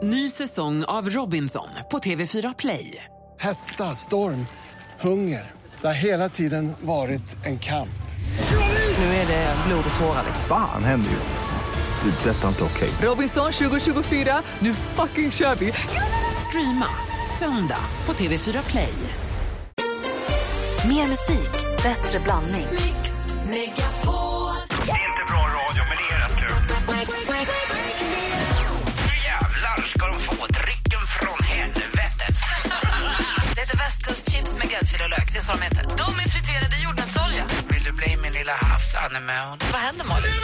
Ny säsong av Robinson på TV4 Play. Hetta, storm, hunger. Det har hela tiden varit en kamp. Nu är det blod och tårar. Fan händer just det. Det är detta inte okej. Robinson 2024, nu fucking kör vi. Streama söndag på TV4 Play. Mer musik, bättre blandning. Mix Megapol. Det är inte bra radio, men det är rätt kul. Nu jävlar ska de få drycken från helvetet. Det heter västkustchips med gräddfil och lök. Det är så de heter. De är friterade i jordnötsolja. Vill du bli min lilla havsanemon? Vad händer, Malin?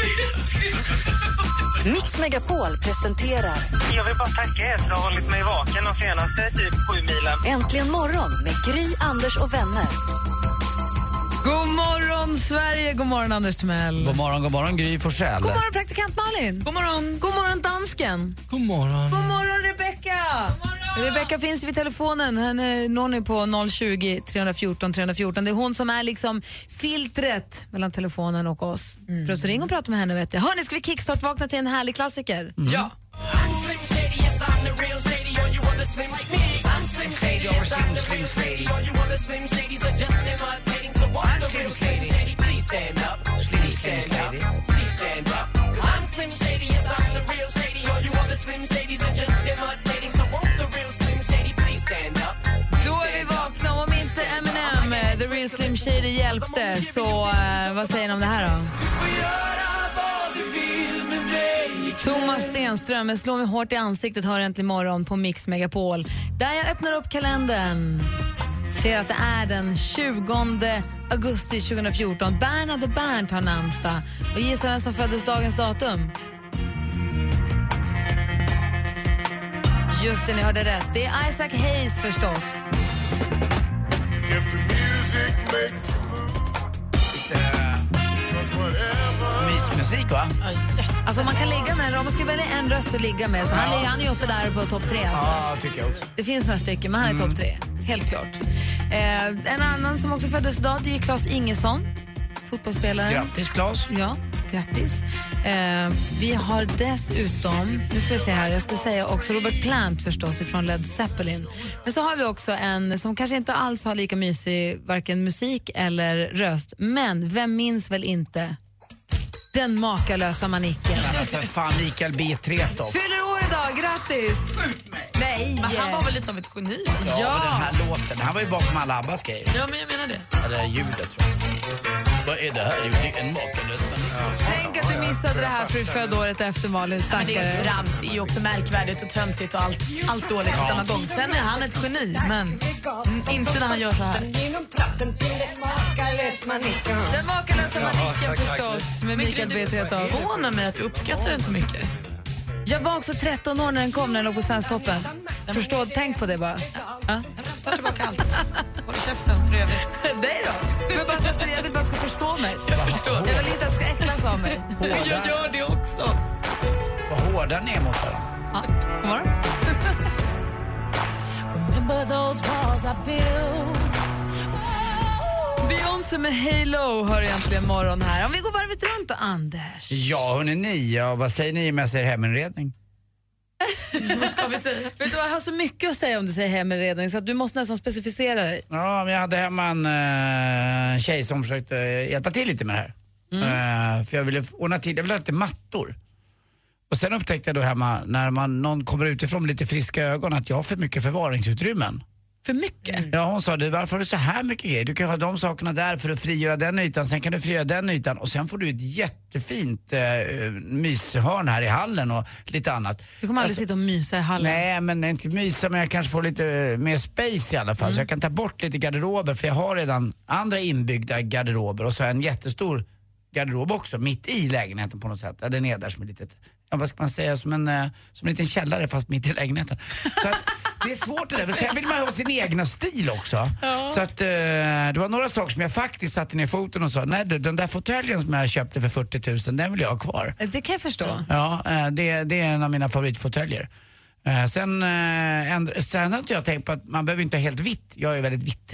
Mix Megapol presenterar Jag vill bara tacka er för att ha hållit mig vaken de senaste 7 milen. Äntligen morgon med Gry, Anders och vänner. God morgon Sverige, god morgon Anders Timell. God morgon Gry Forssell. God morgon praktikant Malin. God morgon dansken. God morgon. God morgon Rebecca. Rebecca finns vid telefonen. Henne når ni på 020 314 314. Det är hon som är liksom filtret mellan telefonen och oss. För att ringa och prata med henne, vet jag. Hörni, ska vi kickstart-vakna till en härlig klassiker? Ja. Då är vi vakna. Om inte Eminem, The Real Slim Shady, hjälpte, så vad säger ni om det här då? Thomas Stenström, jag slår mig hårt i ansiktet, hör äntligen morgon på Mix Megapol. Där jag öppnar upp kalendern, ser att det är den 20 augusti 2014. Bernhard och Bernt har namnsdag. Och gissa vem som föddes dagens datum? Just det, ni hörde rätt. Det är Isaac Hayes förstås. Mysmusik, va? Alltså man kan ligga med, om man ska välja en röst att ligga med, så han är ju uppe där på topp 3 alltså. Ja, tycker jag också. Det finns några stycken, men han är topp 3, helt klart. En annan som också föddes idag, det är Claes Ingesson, fotbollsspelare. Grattis Claes. Ja, grattis. Vi har dessutom, nu ska vi se här, jag ska säga också Robert Plant förstås från Led Zeppelin. Men så har vi också en som kanske inte alls har lika mysig varken musik eller röst, men vem minns väl inte den makalösa Manicken? Ja, för fan, Mikael B. Tretow. Fyller år idag, grattis! Nej. Men han var väl lite av ett geni? Ja, den här låten, han var ju bakom alla Abbas grejer. Ja, men jag menar det. Eller ljudet, tror jag. Vad är det här? Det är en makalös. Tänk att du missade det här för födda året efter Malin, stackare. Men det är trams, det är ju också märkvärdigt och töntigt och allt dåligt på samma gång. Sen är han ett geni, men inte när han gör så här. Den makalösa Manicken förstås, med Mikael B. Tretow. Det förvånar mig att du uppskattar den så mycket. Jag var också 13 år när den kom, när den låg på Svensktoppen. Förstå, tänk på det bara. Ja? Ta tillbaka allt. Håll käften för övrigt. Dig då? Jag vill bara att du ska förstå mig. Jag förstår. Jag vill inte att du ska äcklas av mig. Jag gör det också. Vad hårda ni är mot varandra. Ja, god morgon. Beyoncé med Halo hör egentligen morgon här. Om vi går varvet runt då, Anders. Ja, hörni ni. Ja, vad säger ni med er heminredning? Vad ska vi säga? Vet du, jag har så mycket att säga om du säger heminredning så att du måste nästan specificera dig. Ja, men jag hade hemma en tjej som försökte hjälpa till lite med det här. För jag ville ordna till, jag ville ha lite mattor. Och sen upptäckte jag då hemma, när någon kommer utifrån med lite friska ögon, att jag har för mycket förvaringsutrymmen. För mycket? Ja, hon sa, varför har du så här mycket grejer? Du kan ha de sakerna där för att frigöra den ytan, sen kan du frigöra den ytan och sen får du ett jättefint myshörn här i hallen och lite annat. Du kommer aldrig sitta och mysa i hallen. Nej, men inte mysa, men jag kanske får lite mer space i alla fall. Så jag kan ta bort lite garderober, för jag har redan andra inbyggda garderober och så har jag en jättestor garderob också, mitt i lägenheten på något sätt. Den är där som ett litet, vad ska man säga, som en liten källare fast mitt i lägenheten. Så att det är svårt det där, sen vill man ha sin egna stil också. Ja. Så att det var några saker som jag faktiskt satte ner foten och sa, nej du, den där fåtöljen som jag köpte för 40 000, den vill jag ha kvar. Det kan jag förstå. Ja, det är en av mina favoritfåtöljer. Sen har inte jag tänkt på att man behöver inte ha helt vitt. Jag är väldigt vitt hemma.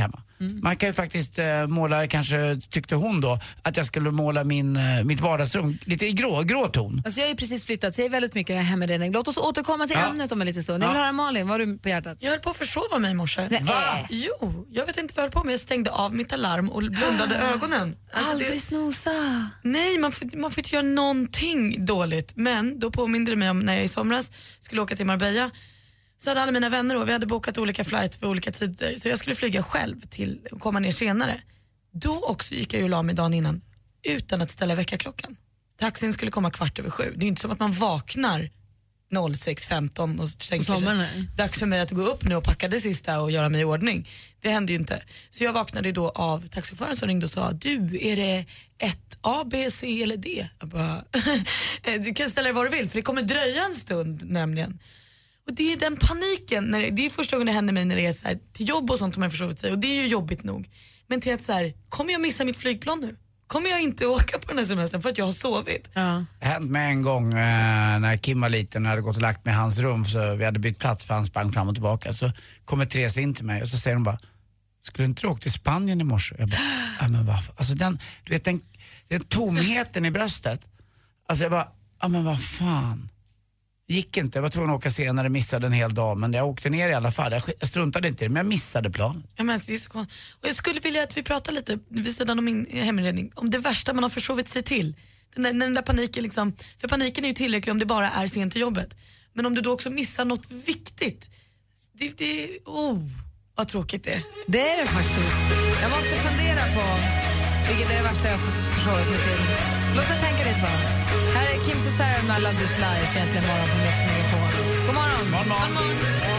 Man kan ju faktiskt måla, kanske tyckte hon då, att jag skulle måla mitt vardagsrum lite i grå ton. Alltså jag har ju precis flyttat, så jag är väldigt mycket hemredning. Låt oss återkomma till ämnet om en liten stund. Jag vill höra Malin, vad har du på hjärtat? Jag höll på att försova mig i morse. Va? Jo, jag vet inte vad jag höll på med. Jag stängde av mitt alarm och blundade ögonen. Alltså, aldrig snosa. Nej, man får inte göra någonting dåligt. Men då påminde det mig om när jag i somras skulle åka till Marbella. Så hade alla mina vänner och vi hade bokat olika flight för olika tider. Så jag skulle flyga själv till och komma ner senare. Då också gick jag ju la mig dagen innan utan att ställa väckarklockan. Taxin skulle komma 7:15. Det är inte som att man vaknar 06:15 och tänker sig, dags för mig att gå upp nu och packa det sista och göra mig i ordning. Det hände ju inte. Så jag vaknade då av taxichauffören som ringde och sa, du, är det 1A, B, C eller D? Jag bara, du kan ställa dig vad du vill för det kommer dröja en stund nämligen. Och det är den paniken, det är första gången det händer mig när det är så här, till jobb och sånt som jag försovit sig och det är ju jobbigt nog. Men till att så här, kommer jag missa mitt flygplan nu? Kommer jag inte åka på den här semestern för att jag har sovit? Ja. Det hände mig en gång när Kim var liten och hade gått och lagt med hans rum så vi hade bytt plats för han sprang fram och tillbaka. Så kommer Therese in till mig och så säger hon bara, skulle inte du åka till Spanien i morse? Jag bara, men varför? Alltså den tomheten i bröstet. Alltså jag bara, men vad fan. Gick inte, jag var tvungen att åka senare, missade en hel dag, men jag åkte ner i alla fall. Jag struntade inte i det, men jag missade planen. Ja, men det är så konstigt. Och jag skulle vilja att vi pratar lite vid sidan om min hemredning, om det värsta man har försovit sig till. Den där paniken liksom, för paniken är ju tillräcklig om det bara är sent till jobbet. Men om du då också missar något viktigt, vad tråkigt det är. Det är det faktiskt. Jag måste fundera på vilket är det värsta jag har försovit mig till. Låt mig tänka lite bara. Här är Kim Cesarion med Love This Life, egentligen morgon på Mix Megapol. God morgon! God morgon!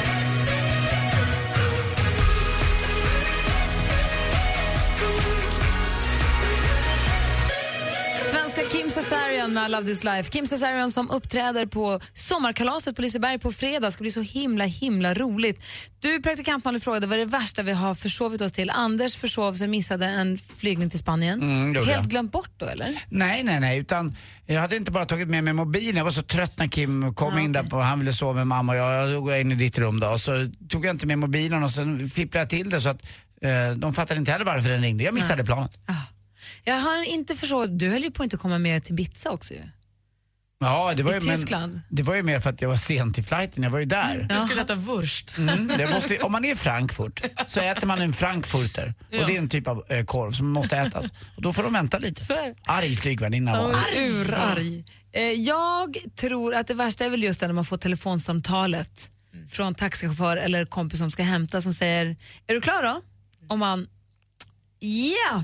Svenska Kim Cesarion med Love This Life. Kim Cesarion som uppträder på sommarkalaset på Liseberg på fredag. Ska bli så himla roligt. Du, praktikantmannen, frågade vad är det värsta vi har försovit oss till. Anders försov sig, missade en flygning till Spanien. Helt glömt bort då, eller? Nej, utan jag hade inte bara tagit med mig mobilen. Jag var så trött när Kim kom in där på, han ville sova med mamma och jag går in i ditt rum då. Och så tog jag inte med mobilen och sen fipplade jag till det så att de fattade inte heller varför den ringde. Jag missade planet. Jag har inte förstått, du höll ju på att inte komma med till Ibiza också ju. Ja, det var ju, Tyskland. Det var ju mer för att jag var sen till flighten, jag var ju där. Du skulle äta wurst. Om man är i Frankfurt så äter man en frankfurter. Och det är en typ av korv som måste ätas. Och då får de vänta lite. Så är det. Arg flygvärdinna var. Urarg. Jag tror att det värsta är väl just när man får telefonsamtalet från taxichaufför eller kompis som ska hämta som säger, är du klar då? Om man ja!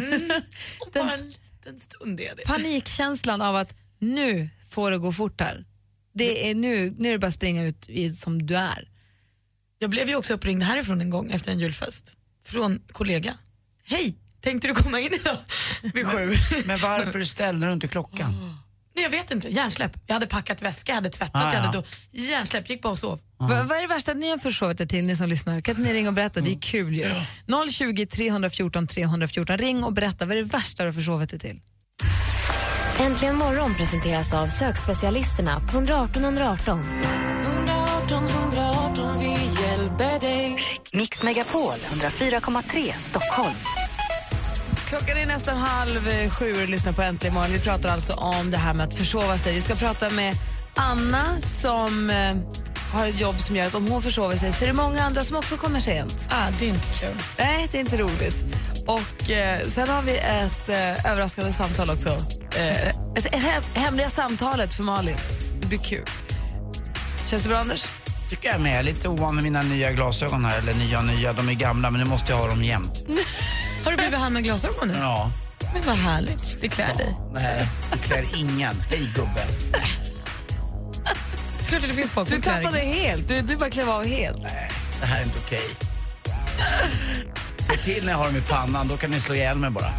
Bara en liten stund är det. Panikkänslan av att nu får det gå fort här. Det är nu är det bara springa ut som du är. Jag blev ju också uppringd härifrån en gång efter en julfest. Från kollega. Hej, tänkte du komma in idag vid 7? Men varför ställde du inte klockan? Nej, jag vet inte, hjärnsläpp. Jag hade packat väska, jag hade tvättat, jag hade då hjärnsläpp, gick bara och sov. Vad är det värsta att ni har försovit er till, ni som lyssnar? Kan ni ringa och berätta? Det är kul ju. 020 314 314. Ring och berätta, vad är det värsta du har försovit er till? Äntligen morgon presenteras av sökspecialisterna på 118 118. 118 118, vi hjälper dig. Mix Megapol 104,3 Stockholm. Klockan är nästan 6:30 och lyssnar på Äntligen morgon. Vi pratar alltså om det här med att försova sig. Vi ska prata med Anna som har ett jobb som gör att om hon försover sig så är det många andra som också kommer sent. Det är inte kul. Nej, det är inte roligt. Och sen har vi ett överraskande samtal också. Ett hemliga samtalet för Malin. Det blir kul. Känns det bra, Anders? Tycker jag med. Lite ovan med mina nya glasögon här. Eller nya, de är gamla men nu måste jag ha dem jämt. Har du blivit här med glasögon nu? Ja. Men vad härligt, det klär dig. Nej, det klär ingen. Hej gubbe. Klart att det finns folk som klär. Du tappade helt, du bara klev av helt. Nej, det här är inte okej. Se till när jag har dem i pannan, då kan ni slå ihjäl mig bara.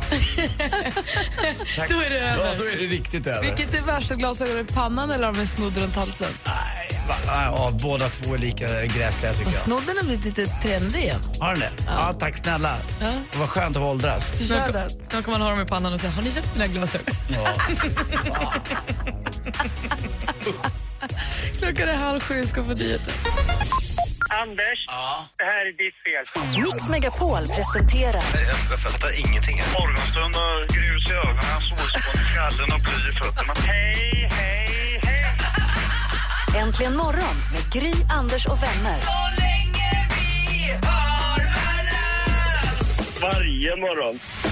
Då är det över. Ja, då är det riktigt över. Vilket är värsta, glasögon i pannan eller om en snodd runt halsen? Nej, båda två är lika gräsliga tycker jag. Snodden har blivit lite trendig igen. Har den det? Ja, tack snälla. Ja. Det var skönt att åldras. Snart kommer man ha dem i pannan och säga, har ni sett mina glasögon? Ja. Klockan är 6:30, ska få nyheter. Anders, det här är ditt fel. Mix Megapol presenterar... Jag fattar ingenting. Morgonstund och grus i ögonen, solspån i skallen och bly i fötterna. Hej, hej, hej! Äntligen morgon med Gry, Anders och vänner. Så länge vi har varann. Varje morgon.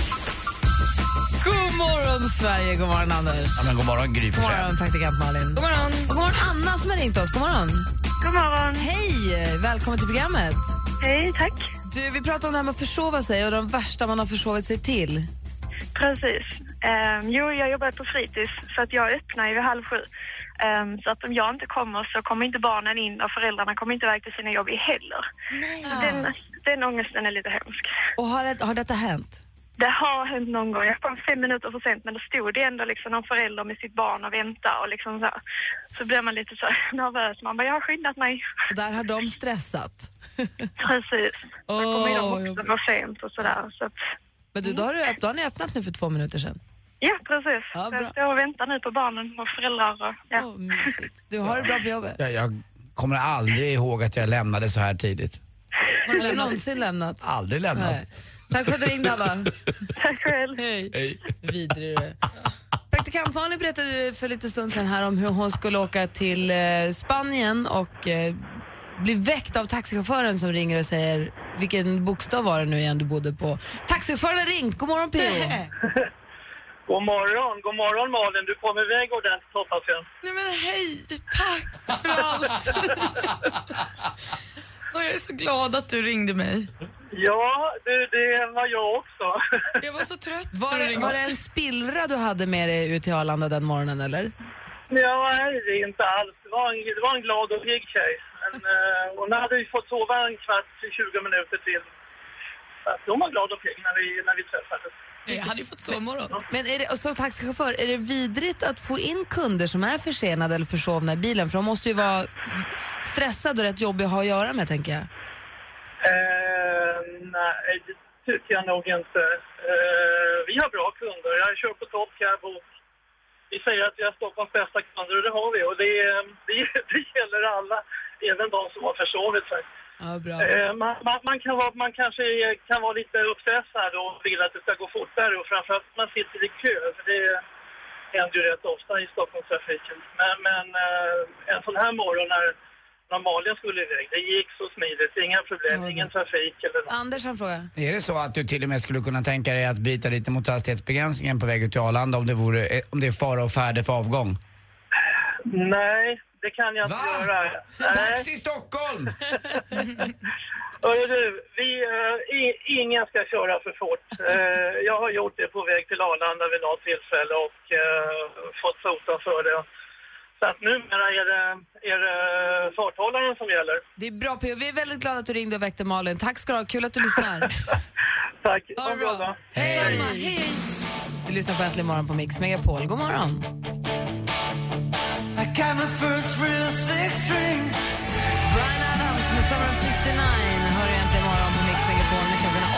God morgon Sverige, god morgon Anders. Ja, men god morgon Gry för God morgon praktikant Malin. God morgon. Och god morgon Anna som har ringt oss, god morgon. God morgon. Hej, välkommen till programmet. Hej, tack. Du, vi pratar om det här med att försova sig och de värsta man har försovit sig till. Precis. Jag jobbar på fritids så att jag öppnar ju vid 6:30. Så att om jag inte kommer så kommer inte barnen in och föräldrarna kommer inte iväg till sina jobb heller. Så den ångesten är lite hemsk. Och har detta hänt? Det har hänt någon gång. Jag kom 5 minuter för sent men då stod det ändå liksom någon förälder med sitt barn och väntade och liksom så blir man lite så nervös. Man bara, jag har skyndat mig. Och där har de stressat. Precis. Då kommer de också för sent och sådär. Så att, men du, då har ni öppnat nu för 2 minuter sedan. Ja, precis. Ja, bra. Jag väntar nu på barnen och föräldrar. Och, ja. Mysigt. Du har det bra på jobbet? Jag kommer aldrig ihåg att jag lämnade så här tidigt. Har du någonsin lämnat? Aldrig lämnat. Nej. Tack för att du ringde, Anna. Tack själv. Hej. Vidrig du. Praktikant Malin berättade för lite stund sedan här om hur hon skulle åka till Spanien och bli väckt av taxichauffören som ringer och säger vilken bokstav var det nu igen du bodde på. Taxichauffören har ringt. God morgon, P.O. God morgon Malin. Du kommer iväg ordentligt, hoppas jag. Nej men hej, tack för allt. Och jag är så glad att du ringde mig. Ja, det var jag också. Jag var så trött. Var det en spillra du hade med dig ut till Arlanda den morgonen, eller? Ja, nej, det är inte alls. Det var en glad och pigg tjej. Men hon hade ju fått sova en kvart till 20 minuter till. Så att hon var glad och pigg när vi träffades. Jag hade ju fått sovmorgon. Men är det, som taxichaufför, är det vidrigt att få in kunder som är försenade eller försovna i bilen? För de måste ju vara stressade och rätt jobbiga att ha att göra med, tänker jag. Nej, det tycker jag nog inte. Vi har bra kunder. Jag kör på Top Cab och vi säger att vi har Stockholms bästa kunder och det har vi. Och det gäller alla, även de som har försovit sig. Ja, bra. Man kanske kan vara lite uppstressad och vill att det ska gå fortare och framförallt att man sitter i kö. För det händer ju rätt ofta i Stockholmstrafiken. Men en sån här morgon när normalt skulle iväg, det gick så smidigt, inga problem, ingen trafik eller något. Anders har en fråga. Är det så att du till och med skulle kunna tänka dig att bryta lite mot hastighetsbegränsningen på väg ut till Arlanda om det är fara och färde för avgång? Nej, det kan jag inte göra. Taxi i Stockholm! Ingen ska köra för fort. Jag har gjort det på väg till Arlanda vid något tillfälle och fått sota för det. Så att numera är det farthållaren som gäller. Det är bra, P.O. Vi är väldigt glada att du ringde och väckte Malin. Tack ska du ha, kul att du lyssnar. Tack. Ha det bra. Hej. Hej. Vi lyssnar på Äntligen morgon på Mix Megapol. God morgon. Bryan Adams med Summer of 69 hör Äntligen morgon på Mix Megapol när klockan är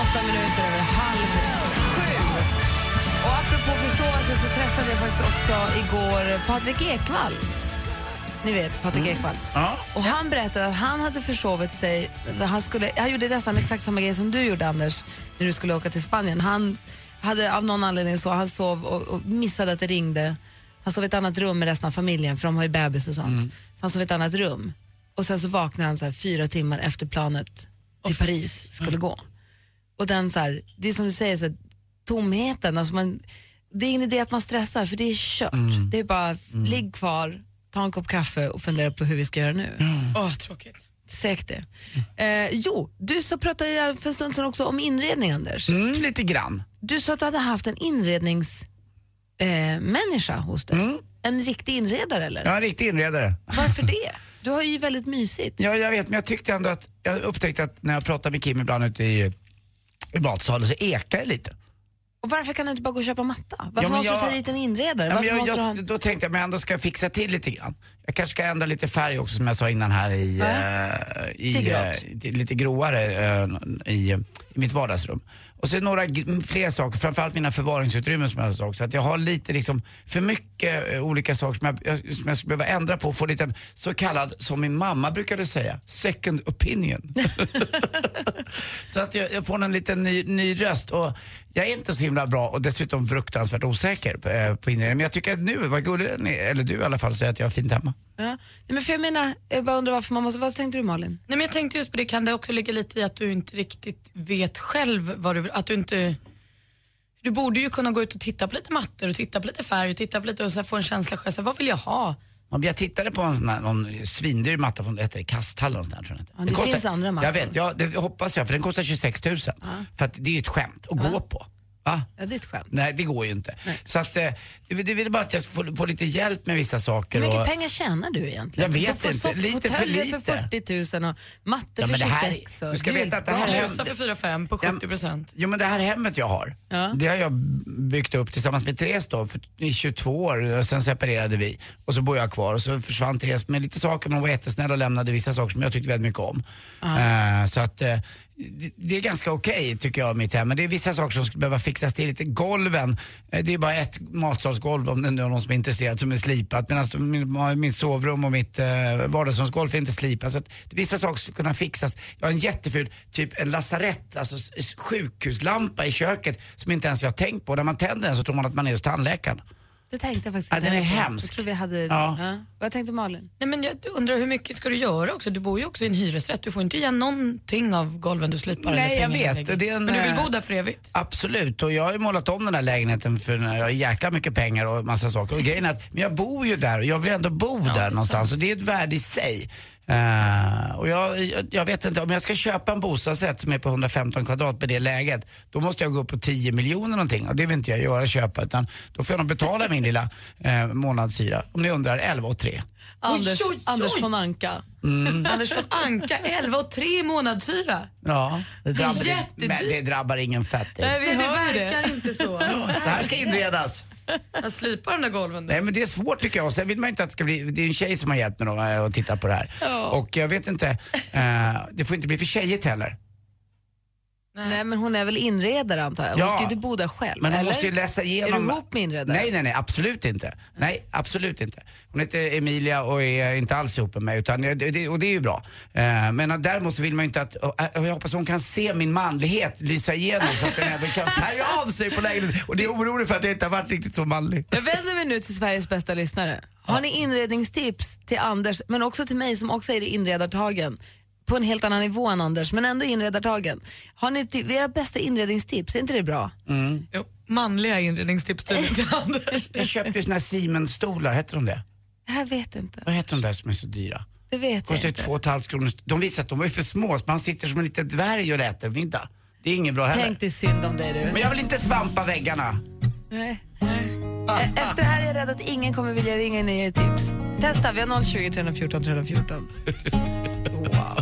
6:08. Och apropå försova sig så träffade jag faktiskt också igår Patrik Ekwall. Ni vet, Patrik Ekwall. Ja. Och han berättade att han hade försovit sig. Han gjorde nästan exakt samma grej som du gjorde, Anders, när du skulle åka till Spanien. Han hade av någon anledning så, han sov och missade att det ringde. Han sov i ett annat rum med resten av familjen, för de har ju bebis och sånt. Så han sov i ett annat rum. Och sen så vaknade han så här 4 timmar efter planet till Paris skulle gå. Och den så här, det är som du säger, så här, tomheten, alltså det är ingen idé att man stressar, för det är kört. Det är bara, ligg kvar, ta en kopp kaffe och fundera på hur vi ska göra nu. Tråkigt. Säkert det. Du så pratade för en stund sedan också om inredning, Anders. Lite grann. Du sa att du hade haft en inredningsmänniska hos dig. En riktig inredare, eller? Ja, en riktig inredare. Varför det? Du har ju väldigt mysigt. Ja, jag vet, men jag tyckte ändå att jag upptäckte att när jag pratade med Kim ibland ute i matsalen så ekar det lite. Och varför kan du inte bara gå och köpa matta? Varför måste du ta dit en inredare? Då tänkte jag, men ändå ska jag fixa till lite grann. Jag kanske ska ändra lite färg också, som jag sa innan här i lite gråare i i mitt vardagsrum. Och så några fler saker, framförallt mina förvaringsutrymmen som jag sa också. Att jag har lite liksom för mycket olika saker som jag skulle behöva ändra på och få lite så kallad, som min mamma brukade säga, second opinion. Så att jag får en liten ny röst. Och jag är inte så himla bra och dessutom fruktansvärt osäker på inredningen. Men jag tycker att nu, vad gullig eller du i alla fall, säger att jag har fint hemma. Ja. Men för jag menar, jag bara undrar varför man måste, vad tänkte du Malin? Nej, men jag tänkte just på det, kan det också ligga lite i att du inte riktigt vet själv vad du vill, att du inte, du borde ju kunna gå ut och titta på lite mattor och titta på lite färg och titta på lite och så få en känsla själv, så vad vill jag ha? Om jag tittade på någon svindyr matta från Kasthallen någonstans, tror jag inte. Ja, det finns andra mattor. Jag vet, det hoppas jag, för den kostar 26 000. För att det är ju ett skämt att gå på. Va? Ja, det är ett skämt. Nej, det går ju inte. Nej. Så att det vill bara att jag får lite hjälp med vissa saker. Hur mycket pengar tjänar du egentligen? Jag vet inte, lite för lite. För 40 000 och matte för 26 000. Du ska veta att det här hemmet för 4-5 på 70%. Jo, men det här hemmet jag har, det har jag byggt upp tillsammans med Therese då i 22 år, och sen separerade vi och så bor jag kvar och så försvann Therese med lite saker, men hon var jättesnäll och lämnade vissa saker som jag tyckte väldigt mycket om. Så att det är ganska okej tycker jag, mitt hem, men det är vissa saker som skulle behöva fixas till. Lite golven, det är bara ett matsalsgolv om det är någon som är intresserad som är slipat, medan mitt sovrum och mitt vardagsrumsgolv är inte slipat, så att vissa saker skulle kunna fixas. Jag har en jätteful typ en lasarett, alltså sjukhuslampa i köket som inte ens jag har tänkt på. När man tänder den så tror man att man är hos tandläkaren. Det tänkte jag faktiskt. Ja, den är hemsk. Jag tror vi hade... Vad tänkte Malin? Nej, men jag undrar hur mycket ska du göra också? Du bor ju också i en hyresrätt. Du får inte igen någonting av golven du slipar. Nej, jag vet. Men du vill bo där för evigt? Absolut. Och jag har ju målat om den här lägenheten för jag har jäkla mycket pengar och massa saker. Och grejen är att, men jag bor ju där och jag vill ändå bo där någonstans. Och det är ett värde i sig. Och jag vet inte, om jag ska köpa en bostadsrätt som är på 115 kvadrat med det läget, då måste jag gå upp på 10 miljoner någonting, och det vill inte jag göra, köpa, utan då får jag nog betala min lilla månadshyra, om ni undrar, 11,3. Anders von Anka. Anders von Anka, 11,3 månadshyra. Ja, det drabbar ingen fett. Nej, det verkar inte så. Så här ska inredas. Jag slipar den där golven då. Nej, men det är svårt tycker jag. Och sen vill man inte att det ska bli... Det är en tjej som har hjälpt mig då att titta på det här. Och jag vet inte... det får inte bli för tjejigt heller. Nej, men hon är väl inredare antar jag. Hon ska ju inte bo där själv. Men hon måste ju läsa igenom... Är du ihop med inredare? Nej, absolut inte. Nej, absolut inte. Hon heter Emilia och är inte alls ihop med mig. Utan och det är ju bra. Men däremot så vill man ju inte att... Jag hoppas hon kan se min manlighet lysa igenom så att den även kan färga av sig på lägenheten. Och det är orolig för att jag inte har varit riktigt så manlig. Jag vänder mig nu till Sveriges bästa lyssnare. Har ni inredningstips till Anders, men också till mig som också är inredartagen? På en helt annan nivå än Anders, men ändå inredartagen. Har ni era bästa inredningstips? Är inte det bra? Jo, manliga inredningstips till Anders. Jag köpte ju såna här Siemens-stolar, heter de det? Jag vet inte. Vad heter de där som är så dyra? Det vet jag inte. Kostar 2,5 kronor. De visar att de är för små, så man sitter som en liten dvärg och äter middag. Det är inget bra heller. Tänk dig synd om dig du. Men jag vill inte svampa väggarna. Nej. Efter det här är jag rädd att ingen kommer vilja ringa in er tips. Testa, vi har 020 314 314. Wow.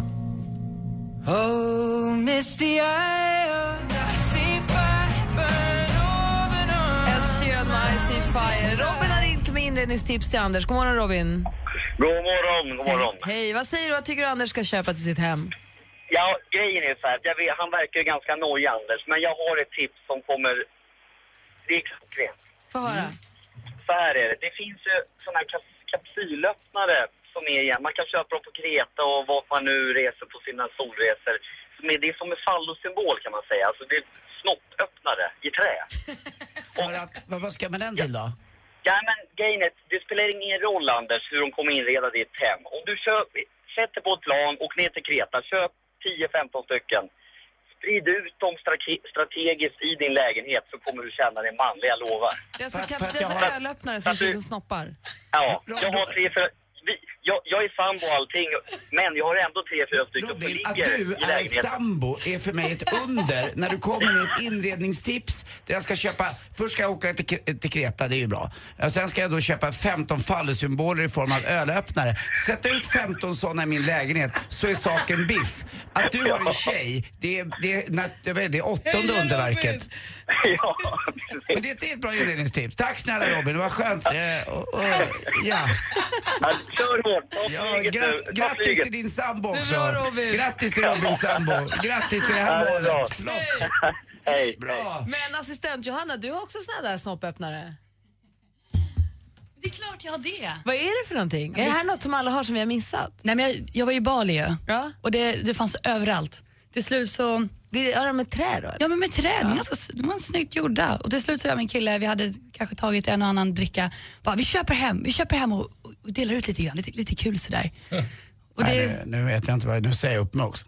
Oh, misty eye, I see fire burn over and on. Ed Sheeran med I see fire. Robin har ringt med inredningstips till Anders. God morgon Robin. God morgon. Hej, vad säger du? Vad tycker du Anders ska köpa till sitt hem? Ja, grejen är så här, han verkar ju ganska nojig Anders, men jag har ett tips som kommer, det är klockrent. Få höra. Så här är det, det finns ju såna här kapsylöppnare som är igen, man kan köpa dem på Kreta och vart man nu reser på sina solresor. Det är som en fallosymbol kan man säga, alltså det är snoppöppnare i trä. För att, vad ska man den till då? Ja, men grejen är, det spelar ingen roll Anders hur de kommer inreda ditt hem. Om du sätter på ett plan och ner till Kreta, köp 10-15 stycken. Sprid ut dem strategiskt i din lägenhet så kommer du känna dig manlig, jag lovar. Det är så ölöppnare som ser ut som snoppar. Ja, jag har 3-4... Jag är sambo och allting, men jag har ändå 3-4 stycken som ligger i lägenheten. Att du är sambo är för mig ett under. När du kommer med ett inredningstips där jag ska köpa, först ska jag åka till Kreta, det är ju bra. Och sen ska jag då köpa 15 fallsymboler i form av ölöppnare. Sätta ut 15 sådana i min lägenhet så är saken biff. Att du har en tjej, det är 8:e underverket. Ja, men det är ett bra inredningstips. Tack snälla Robin, det var skönt. Ja. Kör svårt. Grattis till din sambo också. Det är bra, Robin. Grattis till Robins sambo. Grattis till det här målet. Flott. Hej. Bra. Men assistent Johanna, du har också såna där snoppöppnare. Det är klart jag har det. Vad är det för någonting? Är det här något som alla har som vi har missat? Nej, men jag var i Bali ju. Ja. Och det fanns överallt. Till slut så... Det är med trä då? Ja, men med trä. De var snyggt gjorda. Och till slut så jag och min kille, vi hade kanske tagit en och annan dricka. Bara, vi köper hem och delar ut lite grann. Lite kul sådär. Och det... Nu vet jag inte vad nu säger jag upp mig också.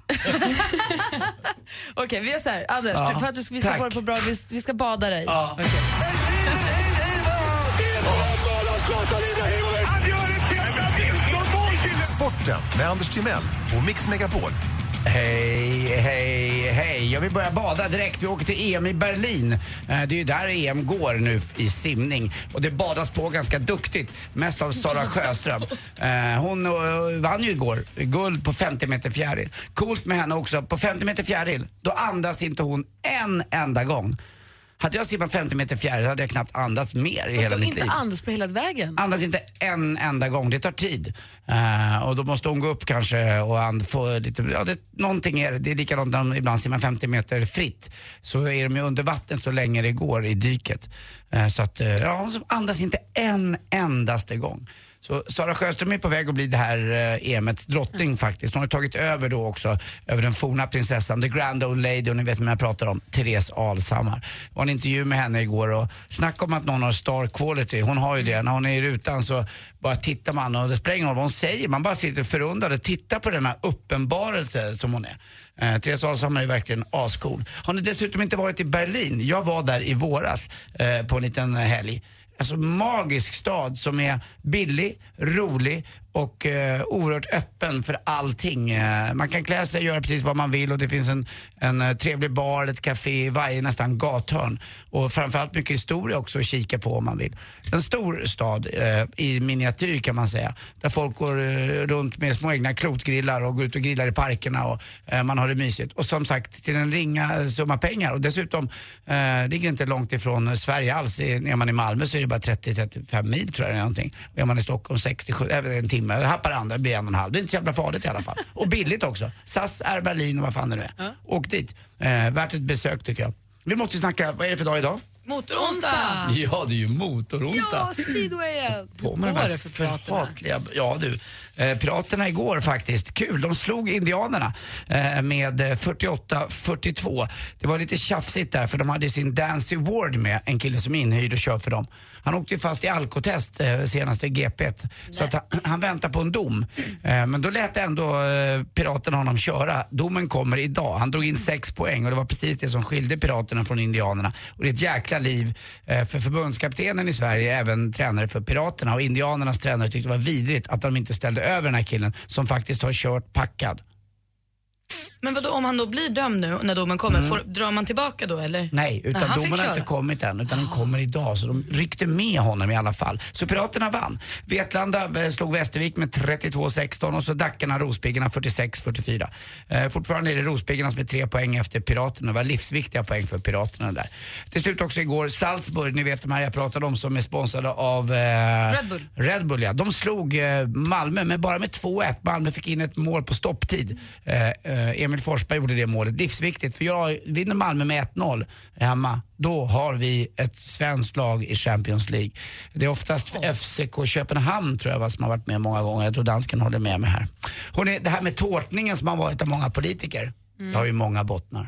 Okej, vi gör så här. Anders, för att vi ska få det på bra, vi ska bada dig. Ja. Okay. Sporten med Anders Timell och Mix Megapol. Hej. Jag vill börja bada direkt. Vi åker till EM i Berlin. Det är ju där EM går nu i simning. Och det badas på ganska duktigt. Mest av Sara Sjöström. Hon vann ju igår guld på 50 meter fjäril. Coolt med henne också. På 50 meter fjäril, då andas inte hon en enda gång. Hade jag simmat 50 meter fjäril hade jag knappt andats mer i hela mitt liv. Inte andas på hela vägen? Andas inte en enda gång, det tar tid. Och då måste hon gå upp kanske och få lite, någonting är det är likadant när de ibland simmar 50 meter fritt. Så är de ju under vattnet så länge det går i dyket. Så att, hon andas inte en endaste gång. Så Sara Sjöström är på väg att bli det här EM:s drottning faktiskt. Hon har tagit över då också, över den forna prinsessan, the grand old lady, och ni vet vem jag pratar om, Therese Alshammar. Det var en intervju med henne igår och snacka om att någon har star quality. Hon har ju det, när hon är i rutan så bara tittar man och det spelar ingen roll vad hon säger. Man bara sitter förundrad och tittar på denna uppenbarelse som hon är. Therese Alshammar är verkligen ascool. Har ni dessutom inte varit i Berlin? Jag var där i våras på en liten helg. Alltså magisk stad som är billig, rolig och oerhört öppen för allting. Man kan klä sig och göra precis vad man vill och det finns en trevlig bar, ett café i varje nästan gathörn. Och framförallt mycket historia också att kika på om man vill. En stor stad i miniatyr kan man säga. Där folk går runt med små egna klotgrillar och går ut och grillar i parkerna och man har det mysigt. Och som sagt till en ringa summa pengar. Och dessutom ligger inte långt ifrån Sverige alls. Är man i Malmö så är det bara 30-35 mil tror jag eller någonting. Och är man i Stockholm 67, även en timme. Haparanda blir 1,5. Det är inte så jävla farligt i alla fall. Och billigt också. SAS, Air Berlin och vad fan det nu är. Åk dit. Värt ett besök tycker jag. Vi måste snacka, vad är det för dag idag? Motoronsdag! Ja, det är ju motoronsdag. Ja, speedwayen. På med de här förhatliga... Ja, du. Piraterna igår faktiskt. Kul, de slog indianerna med 48-42. Det var lite tjafsigt där för de hade sin Dancy Ward med, en kille som är inhyrd och kör för dem. Han åkte ju fast i alkotest senaste GP1 så att han väntar på en dom. Men då lät ändå piraterna honom köra. Domen kommer idag. Han drog in 6 poäng och det var precis det som skilde piraterna från indianerna. Och det är ett jäkla liv för förbundskaptenen i Sverige, även tränare för piraterna, och indianernas tränare tyckte det var vidrigt att de inte ställde över den här killen som faktiskt har kört packad. Men vadå, om han då blir dömd nu när domen kommer, drar man tillbaka då eller? Nej, utan domen har inte kommit än, utan den kommer idag, så de ryckte med honom i alla fall. Så piraterna vann. Vetlanda slog Västervik med 32-16 och så Dackarna Rospiggarna 46-44. Fortfarande är det Rospiggarna som är 3 poäng efter piraterna. Det var livsviktiga poäng för piraterna där. Till slut också igår Salzburg, ni vet de här jag pratade om som är sponsrade av Red Bull, ja. De slog Malmö men bara med 2-1. Malmö fick in ett mål på stopptid. Emil Forsberg gjorde det målet. Livsviktigt, för jag vinner Malmö med 1-0 hemma. Då har vi ett svenskt lag i Champions League. Det är oftast FCK Köpenhamn tror jag som har varit med många gånger. Jag tror dansken håller med mig här. Hörrni, det här med tårtningen som har varit av många politiker, det har ju många bottnar.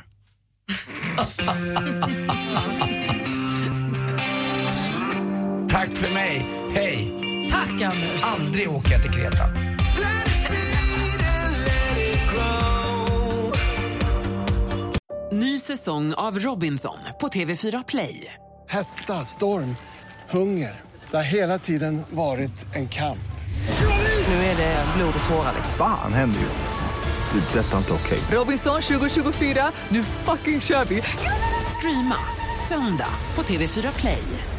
Tack för mig. Hej. Tack Anders. Aldrig åka till Kreta. Ny säsong av Robinson på TV4 Play. Hetta, storm, hunger. Det har hela tiden varit en kamp. Nu är det blod och tårar. Fan händer just det. Det är detta inte okej. Robinson 2024, nu fucking kör vi. Streama söndag på TV4 Play.